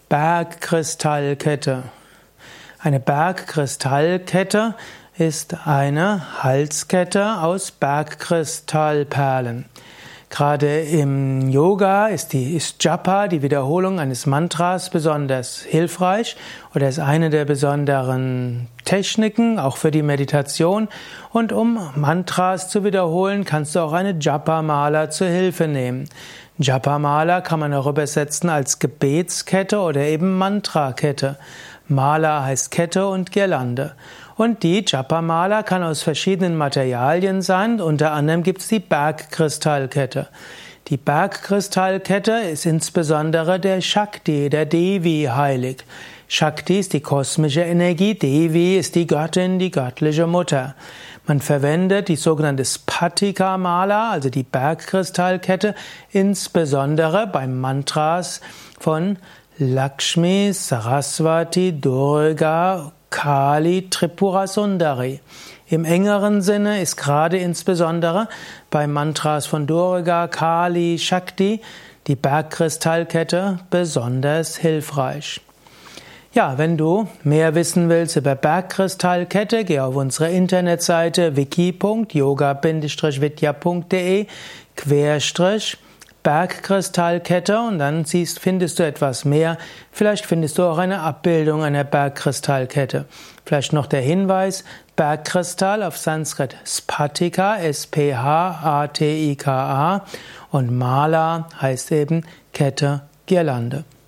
Bergkristallkette. Eine Bergkristallkette ist eine Halskette aus Bergkristallperlen. Gerade im Yoga ist Japa, die Wiederholung eines Mantras, besonders hilfreich oder ist eine der besonderen Techniken, auch für die Meditation. Und um Mantras zu wiederholen, kannst du auch eine Japa-Mala zur Hilfe nehmen. Japa-Mala kann man auch übersetzen als Gebetskette oder eben Mantrakette. Mala heißt Kette und Girlande. Und die Japa-Mala kann aus verschiedenen Materialien sein. Unter anderem gibt es die Bergkristallkette. Die Bergkristallkette ist insbesondere der Shakti, der Devi, heilig. Shakti ist die kosmische Energie, Devi ist die Göttin, die göttliche Mutter. Man verwendet die sogenannte Spatika-Mala, also die Bergkristallkette, insbesondere beim Mantras von Lakshmi, Saraswati, Durga, Kali, Tripura Sundari. Im engeren Sinne ist gerade insbesondere bei Mantras von Durga, Kali, Shakti die Bergkristallkette besonders hilfreich. Ja, wenn du mehr wissen willst über Bergkristallkette, geh auf unsere Internetseite wiki.yoga-vidya.de/Bergkristallkette und dann findest du etwas mehr. Vielleicht findest du auch eine Abbildung einer Bergkristallkette. Vielleicht noch der Hinweis, Bergkristall auf Sanskrit Spatika, S-P-H-A-T-I-K-A und Mala heißt eben Kette, Girlande.